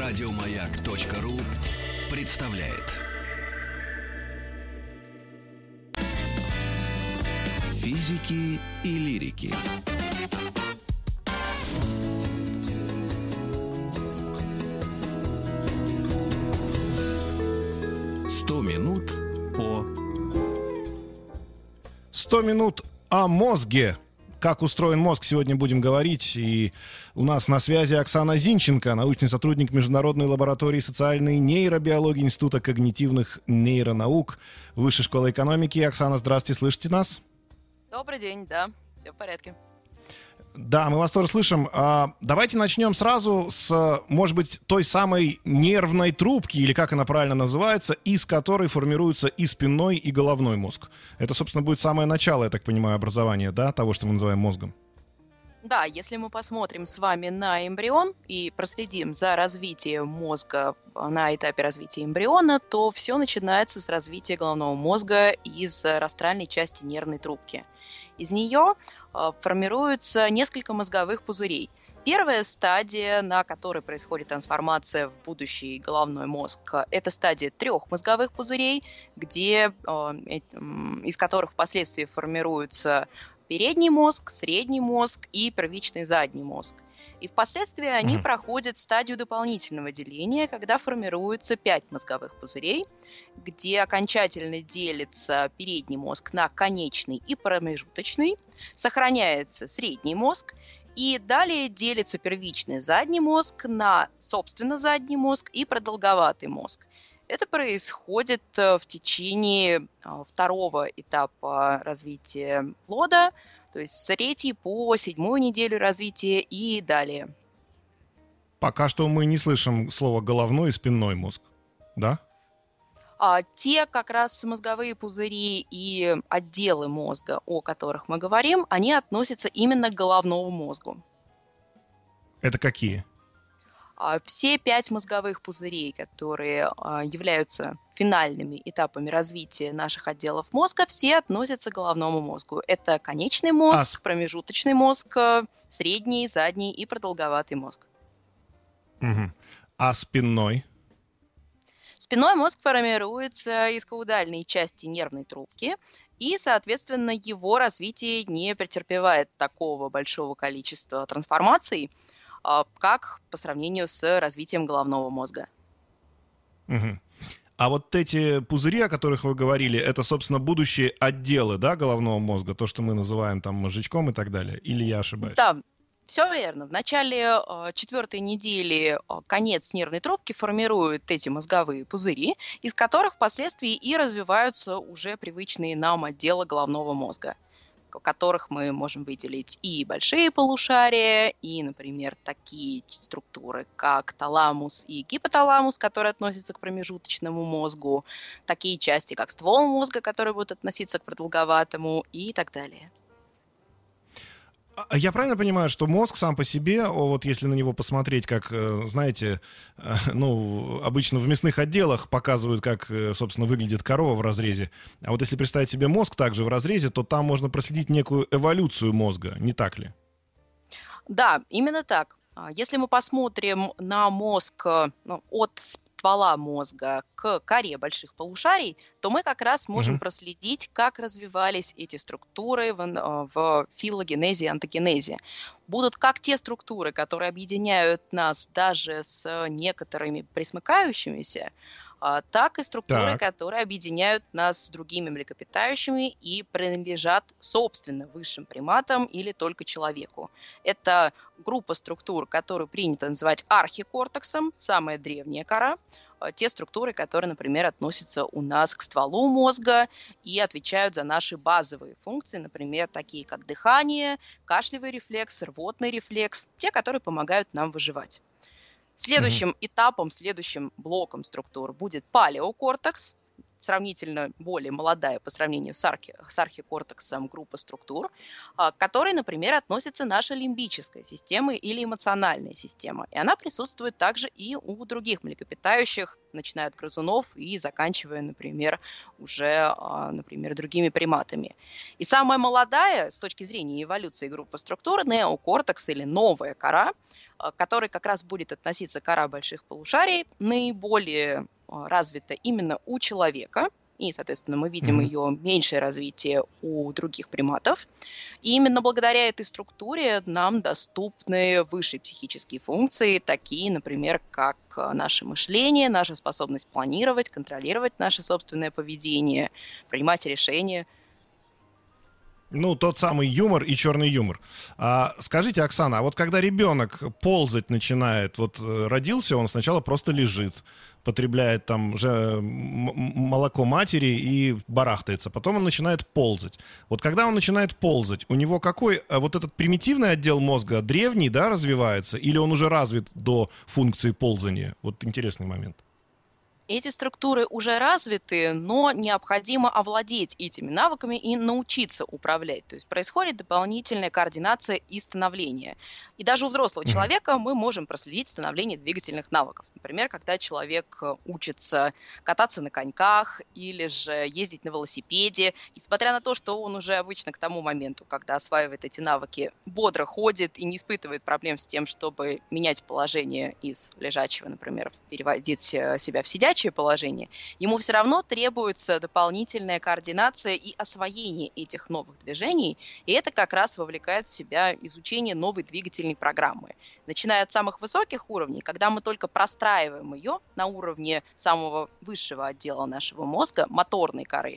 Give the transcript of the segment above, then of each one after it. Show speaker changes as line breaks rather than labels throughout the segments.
Радиомаяк.ру представляет физики и лирики. «100 минут о...»
100 минут о мозге. Как устроен мозг, сегодня будем говорить. И у нас на связи Оксана Зинченко, научный сотрудник Международной лаборатории социальной нейробиологии Института когнитивных нейронаук Высшей школы экономики. Оксана, здравствуйте, слышите нас?
Добрый день, да, все в порядке.
Да, мы вас тоже слышим. Давайте начнем сразу с, может быть, той самой нервной трубки, или как она правильно называется, из которой формируются и спинной, и головной мозг. Это, собственно, будет самое начало, я так понимаю, образования, да, того, что мы называем мозгом.
Да, если мы посмотрим с вами на эмбрион и проследим за развитием мозга на этапе развития эмбриона, то все начинается с развития головного мозга из растральной части нервной трубки. Из нее формируется несколько мозговых пузырей. Первая стадия, на которой происходит трансформация в будущий головной мозг, это стадия 3 мозговых пузырей, из которых впоследствии формируется передний мозг, средний мозг и первичный задний мозг. И впоследствии они проходят стадию дополнительного деления, когда формируется 5 мозговых пузырей, где окончательно делится передний мозг на конечный и промежуточный, сохраняется средний мозг, и далее делится первичный задний мозг на, собственно, задний мозг и продолговатый мозг. Это происходит в течение второго этапа развития плода, то есть с 3 по 7 неделю развития и далее.
Пока что мы не слышим слова головной и спинной мозг, да?
Те как раз мозговые пузыри и отделы мозга, о которых мы говорим, они относятся именно к головному мозгу.
Это какие?
Все 5 мозговых пузырей, которые являются финальными этапами развития наших отделов мозга, все относятся к головному мозгу. Это конечный мозг, промежуточный мозг, средний, задний и продолговатый мозг.
Угу. А спинной?
Спинной мозг формируется из каудальной части нервной трубки, и, соответственно, его развитие не претерпевает такого большого количества трансформаций, как по сравнению с развитием головного мозга.
Угу. А вот эти пузыри, о которых вы говорили, это, собственно, будущие отделы, да, головного мозга, то, что мы называем там мозжечком и так далее, или я ошибаюсь?
Да, все верно. В начале 4-й недели конец нервной трубки формирует эти мозговые пузыри, из которых впоследствии и развиваются уже привычные нам отделы головного мозга, в которых мы можем выделить и большие полушария, и, например, такие структуры, как таламус и гипоталамус, которые относятся к промежуточному мозгу, такие части, как ствол мозга, которые будут относиться к продолговатому и так далее.
Я правильно понимаю, что мозг сам по себе, вот если на него посмотреть, как, знаете, обычно в мясных отделах показывают, как, собственно, выглядит корова в разрезе, а вот если представить себе мозг также в разрезе, то там можно проследить некую эволюцию мозга, не так ли?
Да, именно так. Если мы посмотрим на мозг от ствола мозга к коре больших полушарий, то мы как раз можем проследить, как развивались эти структуры в филогенезе и онтогенезе. Будут как те структуры, которые объединяют нас даже с некоторыми пресмыкающимися, так и структуры, которые объединяют нас с другими млекопитающими и принадлежат, собственно, высшим приматам или только человеку. Это группа структур, которую принято называть архикортексом, самая древняя кора. Те структуры, которые, например, относятся у нас к стволу мозга и отвечают за наши базовые функции, например, такие как дыхание, кашлевый рефлекс, рвотный рефлекс, те, которые помогают нам выживать. Следующим этапом, следующим блоком структур будет палеокортекс. сравнительно более молодая по сравнению с архикортексом группа структур, к которой, например, относится наша лимбическая система или эмоциональная система. И она присутствует также и у других млекопитающих, начиная от грызунов и заканчивая, например, уже, другими приматами. И самая молодая с точки зрения эволюции группы структур неокортекс или новая кора, к которой как раз будет относиться кора больших полушарий, наиболее развита именно у человека, и, соответственно, мы видим ее меньшее развитие у других приматов. И именно благодаря этой структуре нам доступны высшие психические функции, такие, например, как наше мышление, наша способность планировать, контролировать наше собственное поведение, принимать решения.
Ну, тот самый юмор и черный юмор. Скажите, Оксана, а вот когда ребенок ползать начинает, вот родился, он сначала просто лежит, потребляет там же молоко матери и барахтается. Потом он начинает ползать. Вот когда он начинает ползать, у него какой вот этот примитивный отдел мозга древний, да, развивается, или он уже развит до функции ползания? Вот интересный момент.
Эти структуры уже развиты, но необходимо овладеть этими навыками и научиться управлять. То есть происходит дополнительная координация и становление. И даже у взрослого человека мы можем проследить становление двигательных навыков. Например, когда человек учится кататься на коньках или же ездить на велосипеде, несмотря на то, что он уже обычно к тому моменту, когда осваивает эти навыки, бодро ходит и не испытывает проблем с тем, чтобы менять положение из лежачего, например, переводить себя в сидячее положение, ему все равно требуется дополнительная координация и освоение этих новых движений, и это как раз вовлекает в себя изучение новой двигательной программы. Начиная от самых высоких уровней, когда мы только простраиваем ее на уровне самого высшего отдела нашего мозга, моторной коры,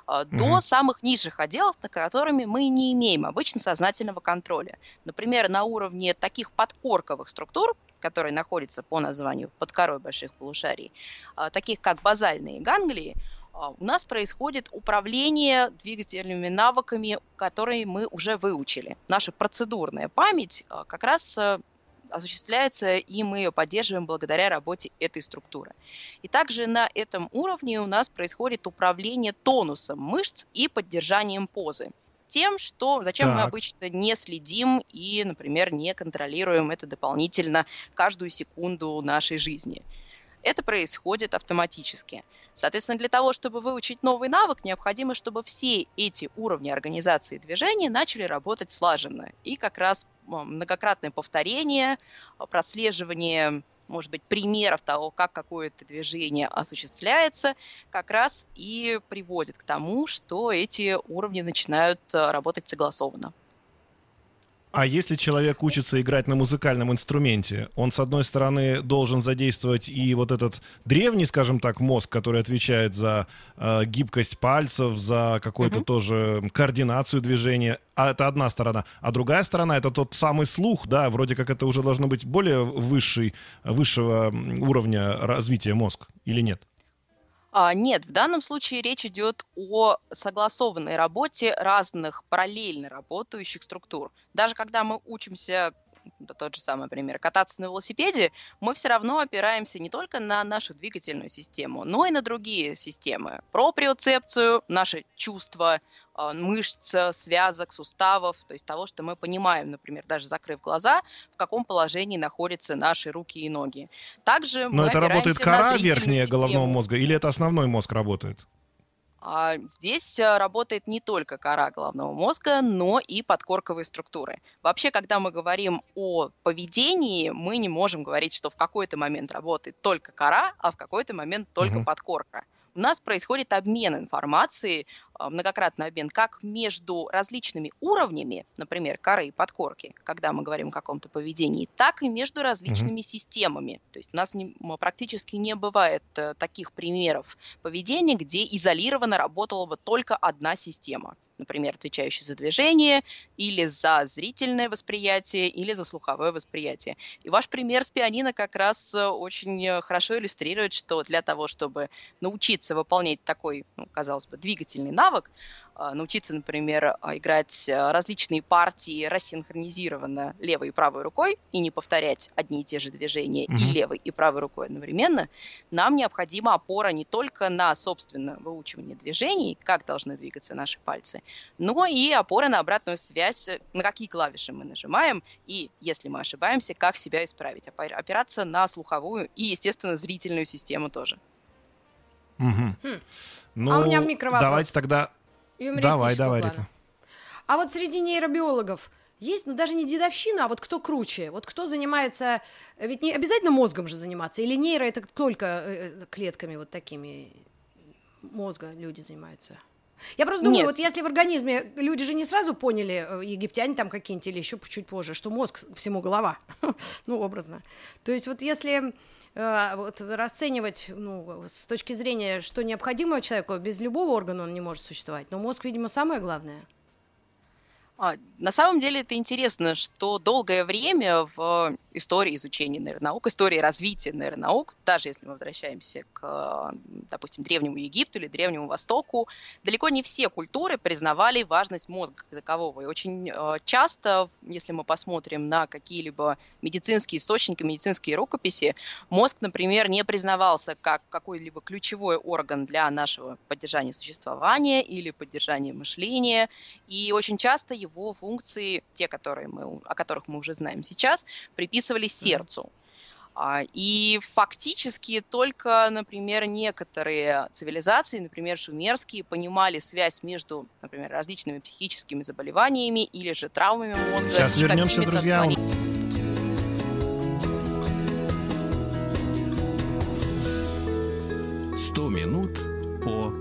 до самых низших отделов, над которыми мы не имеем обычно сознательного контроля. Например, на уровне таких подкорковых структур, которые находятся по названию под корой больших полушарий, таких как базальные ганглии, у нас происходит управление двигательными навыками, которые мы уже выучили. Наша процедурная память как раз осуществляется, и мы ее поддерживаем благодаря работе этой структуры. И также на этом уровне у нас происходит управление тонусом мышц и поддержанием позы. Тем, зачем мы обычно не следим и, например, не контролируем это дополнительно каждую секунду нашей жизни. Это происходит автоматически. Соответственно, для того, чтобы выучить новый навык, необходимо, чтобы все эти уровни организации движения начали работать слаженно. И как раз многократное повторение, прослеживание, может быть, примеров того, как какое-то движение осуществляется, как раз и приводит к тому, что эти уровни начинают работать согласованно.
А если человек учится играть на музыкальном инструменте, он, с одной стороны, должен задействовать и вот этот древний, скажем так, мозг, который отвечает за гибкость пальцев, за какую-то тоже координацию движения, а это одна сторона. А другая сторона — это тот самый слух, да, вроде как это уже должно быть более высшего уровня развития мозг, или нет?
Нет, в данном случае речь идет о согласованной работе разных параллельно работающих структур. Даже когда мы учимся, тот же самый пример, кататься на велосипеде, мы все равно опираемся не только на нашу двигательную систему, но и на другие системы. Проприоцепцию, наши чувства, мышц, связок, суставов, то есть того, что мы понимаем, например, даже закрыв глаза, в каком положении находятся наши руки и ноги. Также
Но это работает кора верхняя
систему
головного мозга, или это основной мозг работает?
Здесь работает не только кора головного мозга, но и подкорковые структуры. Вообще, когда мы говорим о поведении, мы не можем говорить, что в какой-то момент работает только кора, а в какой-то момент только подкорка. У нас происходит обмен информацией, многократный обмен, как между различными уровнями, например, коры и подкорки, когда мы говорим о каком-то поведении, так и между различными системами. То есть у нас практически не бывает таких примеров поведения, где изолированно работала бы только одна система. Например, отвечающая за движение, или за зрительное восприятие, или за слуховое восприятие. И ваш пример с пианино как раз очень хорошо иллюстрирует, что для того, чтобы научиться выполнять такой, казалось бы, двигательный навык, научиться, например, играть различные партии рассинхронизированно левой и правой рукой и не повторять одни и те же движения и левой, и правой рукой одновременно, нам необходима опора не только на, собственно, выучивание движений, как должны двигаться наши пальцы, но и опора на обратную связь, на какие клавиши мы нажимаем, и, если мы ошибаемся, как себя исправить. Опираться на слуховую и, естественно, зрительную систему тоже.
Ну,
у меня микровопрос.
Давайте тогда... Давай,
Рита. А вот среди нейробиологов есть, даже не дедовщина, а вот кто круче? Вот кто занимается... Ведь не обязательно мозгом же заниматься, или нейро это только клетками вот такими мозга люди занимаются? Я просто думаю, вот если в организме люди же не сразу поняли, египтяне там какие-нибудь или еще чуть позже, что мозг всему голова, ну, образно. То есть вот если вот расценивать с точки зрения, что необходимо человеку, без любого органа он не может существовать, но мозг, видимо, самое главное.
На самом деле это интересно, что долгое время в истории изучения нейронаук, истории развития нейронаук, даже если мы возвращаемся к, допустим, Древнему Египту или Древнему Востоку, далеко не все культуры признавали важность мозга как такового. И очень часто, если мы посмотрим на какие-либо медицинские источники, медицинские рукописи, мозг, например, не признавался как какой-либо ключевой орган для нашего поддержания существования или поддержания мышления. И очень часто его функции, те, о которых мы уже знаем сейчас, приписывались сердцу. И фактически только, например, некоторые цивилизации, например, шумерские, понимали связь между, например, различными психическими заболеваниями или же травмами мозга.
Сейчас вернемся, друзья.
100 минут по...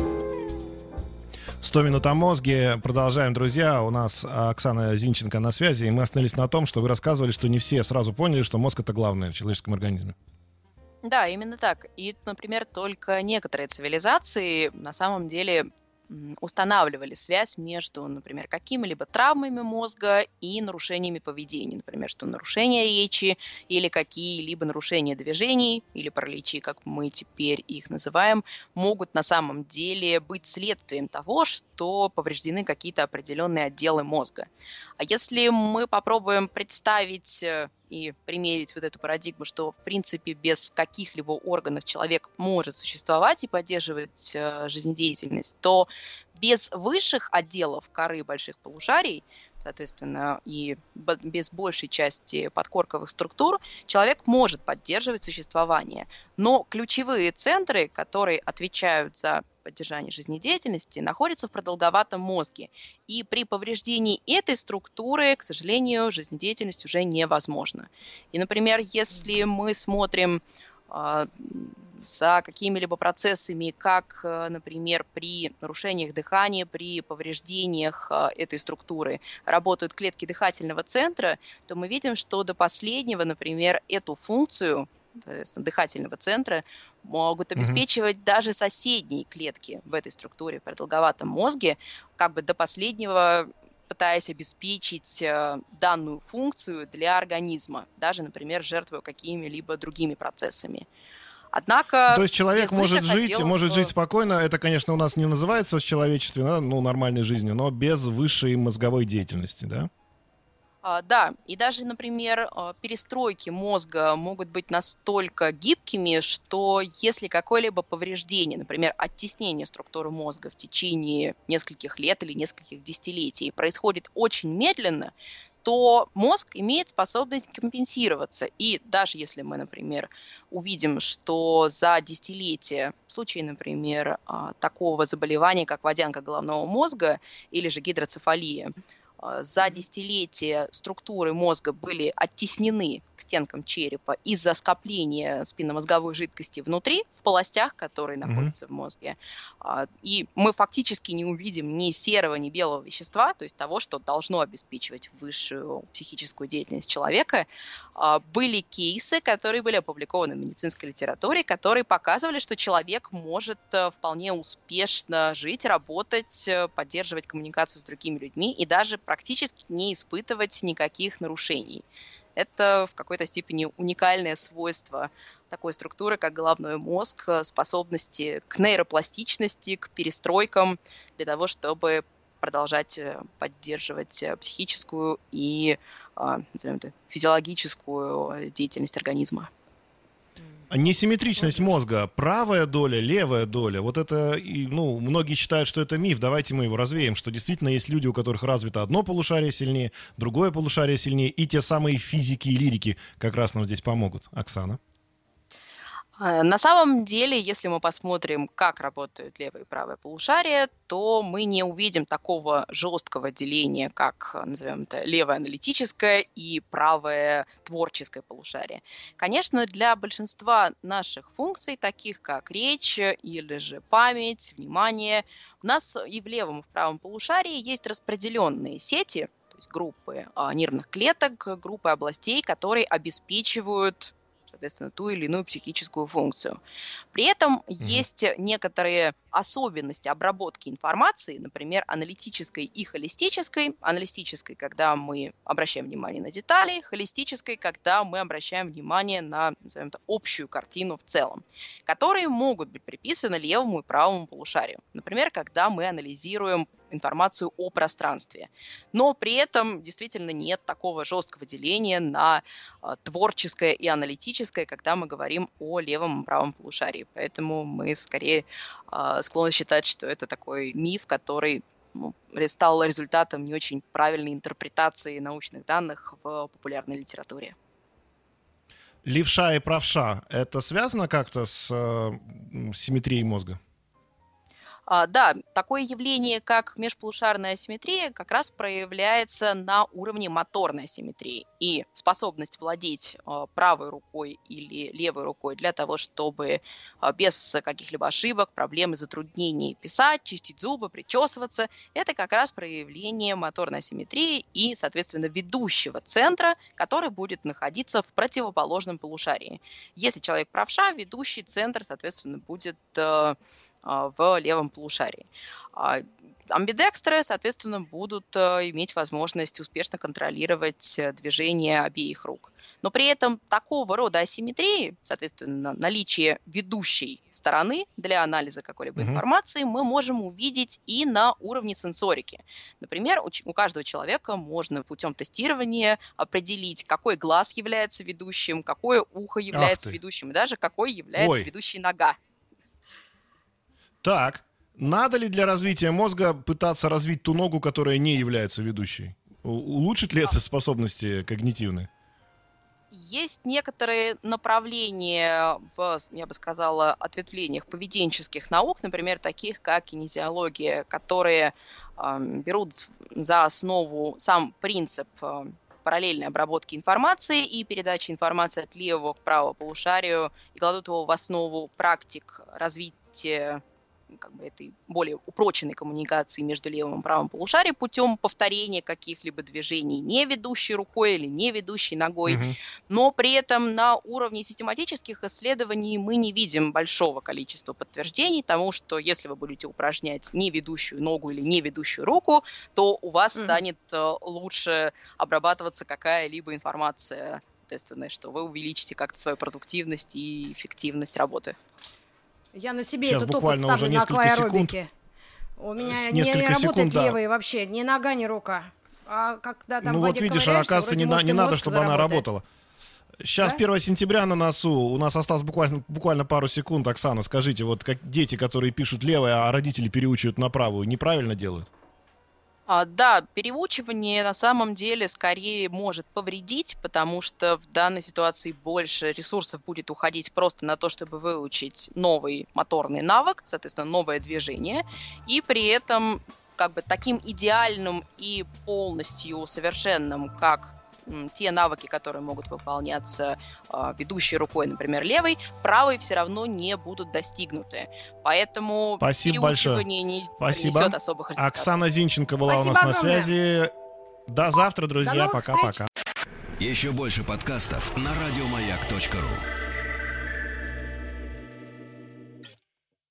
100 минут о мозге. Продолжаем, друзья. У нас Оксана Зинченко на связи. И мы остановились на том, что вы рассказывали, что не все сразу поняли, что мозг — это главное в человеческом организме.
Да, именно так. И, например, только некоторые цивилизации на самом деле устанавливали связь между, например, какими-либо травмами мозга и нарушениями поведения. Например, что нарушения речи или какие-либо нарушения движений или параличи, как мы теперь их называем, могут на самом деле быть следствием того, что повреждены какие-то определенные отделы мозга. А если мы попробуем представить и примерить вот эту парадигму, что, в принципе, без каких-либо органов человек может существовать и поддерживать жизнедеятельность, то без высших отделов коры больших полушарий, соответственно, и без большей части подкорковых структур, человек может поддерживать существование. Но ключевые центры, которые отвечают за поддержание жизнедеятельности, находятся в продолговатом мозге. И при повреждении этой структуры, к сожалению, жизнедеятельность уже невозможна. И, например, если мы смотрим за какими-либо процессами, как, например, при нарушениях дыхания, при повреждениях этой структуры работают клетки дыхательного центра, то мы видим, что до последнего, например, эту функцию дыхательного центра могут обеспечивать даже соседние клетки в этой структуре, в продолговатом мозге, как бы до последнего пытаясь обеспечить данную функцию для организма, даже, например, жертвуя какими-либо другими процессами. Однако...
То есть человек может жить спокойно, это, конечно, у нас не называется в человечестве, нормальной жизнью, но без высшей мозговой деятельности, да?
Да, и даже, например, перестройки мозга могут быть настолько гибкими, что если какое-либо повреждение, например, оттеснение структуры мозга в течение нескольких лет или нескольких десятилетий происходит очень медленно, то мозг имеет способность компенсироваться. И даже если мы, например, увидим, что за десятилетия, в случае, например, такого заболевания, как водянка головного мозга или же гидроцефалия, за десятилетия структуры мозга были оттеснены к стенкам черепа из-за скопления спинномозговой жидкости внутри, в полостях, которые находятся в мозге. И мы фактически не увидим ни серого, ни белого вещества, то есть того, что должно обеспечивать высшую психическую деятельность человека. Были кейсы, которые были опубликованы в медицинской литературе, которые показывали, что человек может вполне успешно жить, работать, поддерживать коммуникацию с другими людьми и даже практически не испытывать никаких нарушений. Это в какой-то степени уникальное свойство такой структуры, как головной мозг, способности к нейропластичности, к перестройкам для того, чтобы продолжать поддерживать психическую и, назовем это, физиологическую деятельность организма.
Несимметричность мозга, правая доля, левая доля, вот это, многие считают, что это миф, давайте мы его развеем, что действительно есть люди, у которых развито одно полушарие сильнее, другое полушарие сильнее, и те самые физики и лирики как раз нам здесь помогут. Оксана?
На самом деле, если мы посмотрим, как работают левое и правое полушарие, то мы не увидим такого жесткого деления, как, назовем это, левое аналитическое и правое творческое полушарие. Конечно, для большинства наших функций, таких как речь или же память, внимание, у нас и в левом, и в правом полушарии есть распределенные сети, то есть группы нервных клеток, группы областей, которые обеспечивают, соответственно, ту или иную психическую функцию. При этом есть некоторые особенности обработки информации, например, аналитической и холистической. Аналитической, когда мы обращаем внимание на детали, холистической, когда мы обращаем внимание на, назовем это, общую картину в целом, которые могут быть приписаны левому и правому полушарию. Например, когда мы анализируем информацию о пространстве. Но при этом действительно нет такого жесткого деления на творческое и аналитическое, когда мы говорим о левом и правом полушарии. Поэтому мы скорее склонны считать, что это такой миф, который стал результатом не очень правильной интерпретации научных данных в популярной литературе.
Левша и правша — это связано как-то с симметрией мозга?
Да, такое явление, как межполушарная асимметрия, как раз проявляется на уровне моторной асимметрии. И способность владеть правой рукой или левой рукой для того, чтобы без каких-либо ошибок, проблем и затруднений писать, чистить зубы, причесываться, это как раз проявление моторной асимметрии и, соответственно, ведущего центра, который будет находиться в противоположном полушарии. Если человек правша, ведущий центр, соответственно, будет в левом полушарии. Амбидекстры, соответственно, будут иметь возможность успешно контролировать движение обеих рук. Но при этом такого рода асимметрии, соответственно, наличие ведущей стороны для анализа какой-либо информации, мы можем увидеть и на уровне сенсорики. Например, у каждого человека можно путем тестирования определить, какой глаз является ведущим, какое ухо является ведущим, и даже какой является ведущей нога.
Так, надо ли для развития мозга пытаться развить ту ногу, которая не является ведущей? Улучшит ли это способности когнитивные?
Есть некоторые направления в, я бы сказала, ответвлениях поведенческих наук, например, таких как кинезиология, которые берут за основу сам принцип параллельной обработки информации и передачи информации от левого к правому полушарию и кладут его в основу практик развития этой более упроченной коммуникации между левым и правым полушарием путем повторения каких-либо движений не ведущей рукой или не ведущей ногой. Но при этом на уровне систематических исследований мы не видим большого количества подтверждений тому, что если вы будете упражнять не ведущую ногу или не ведущую руку, то у вас станет лучше обрабатываться какая-либо информация, естественно, что вы увеличите как-то свою продуктивность и эффективность работы.
Я на себе
сейчас
этот опыт ставлю на акваэробике. У меня не работает левый вообще, ни нога, ни рука. А когда там
вот видишь, оказывается, не надо, чтобы она работала. Сейчас 1 сентября на носу, у нас осталось буквально пару секунд. Оксана, скажите, вот как дети, которые пишут левой, а родители переучивают на правую, неправильно делают?
Да, переучивание на самом деле скорее может повредить, потому что в данной ситуации больше ресурсов будет уходить просто на то, чтобы выучить новый моторный навык, соответственно, новое движение, и при этом таким идеальным и полностью совершенным, как те навыки, которые могут выполняться ведущей рукой, например, левой, правой все равно не будут достигнуты. Поэтому переучивание не принесет особых результатов.
Оксана Зинченко была у нас на связи. До завтра, друзья. Пока-пока.
Еще больше подкастов на радиомаяк.ру.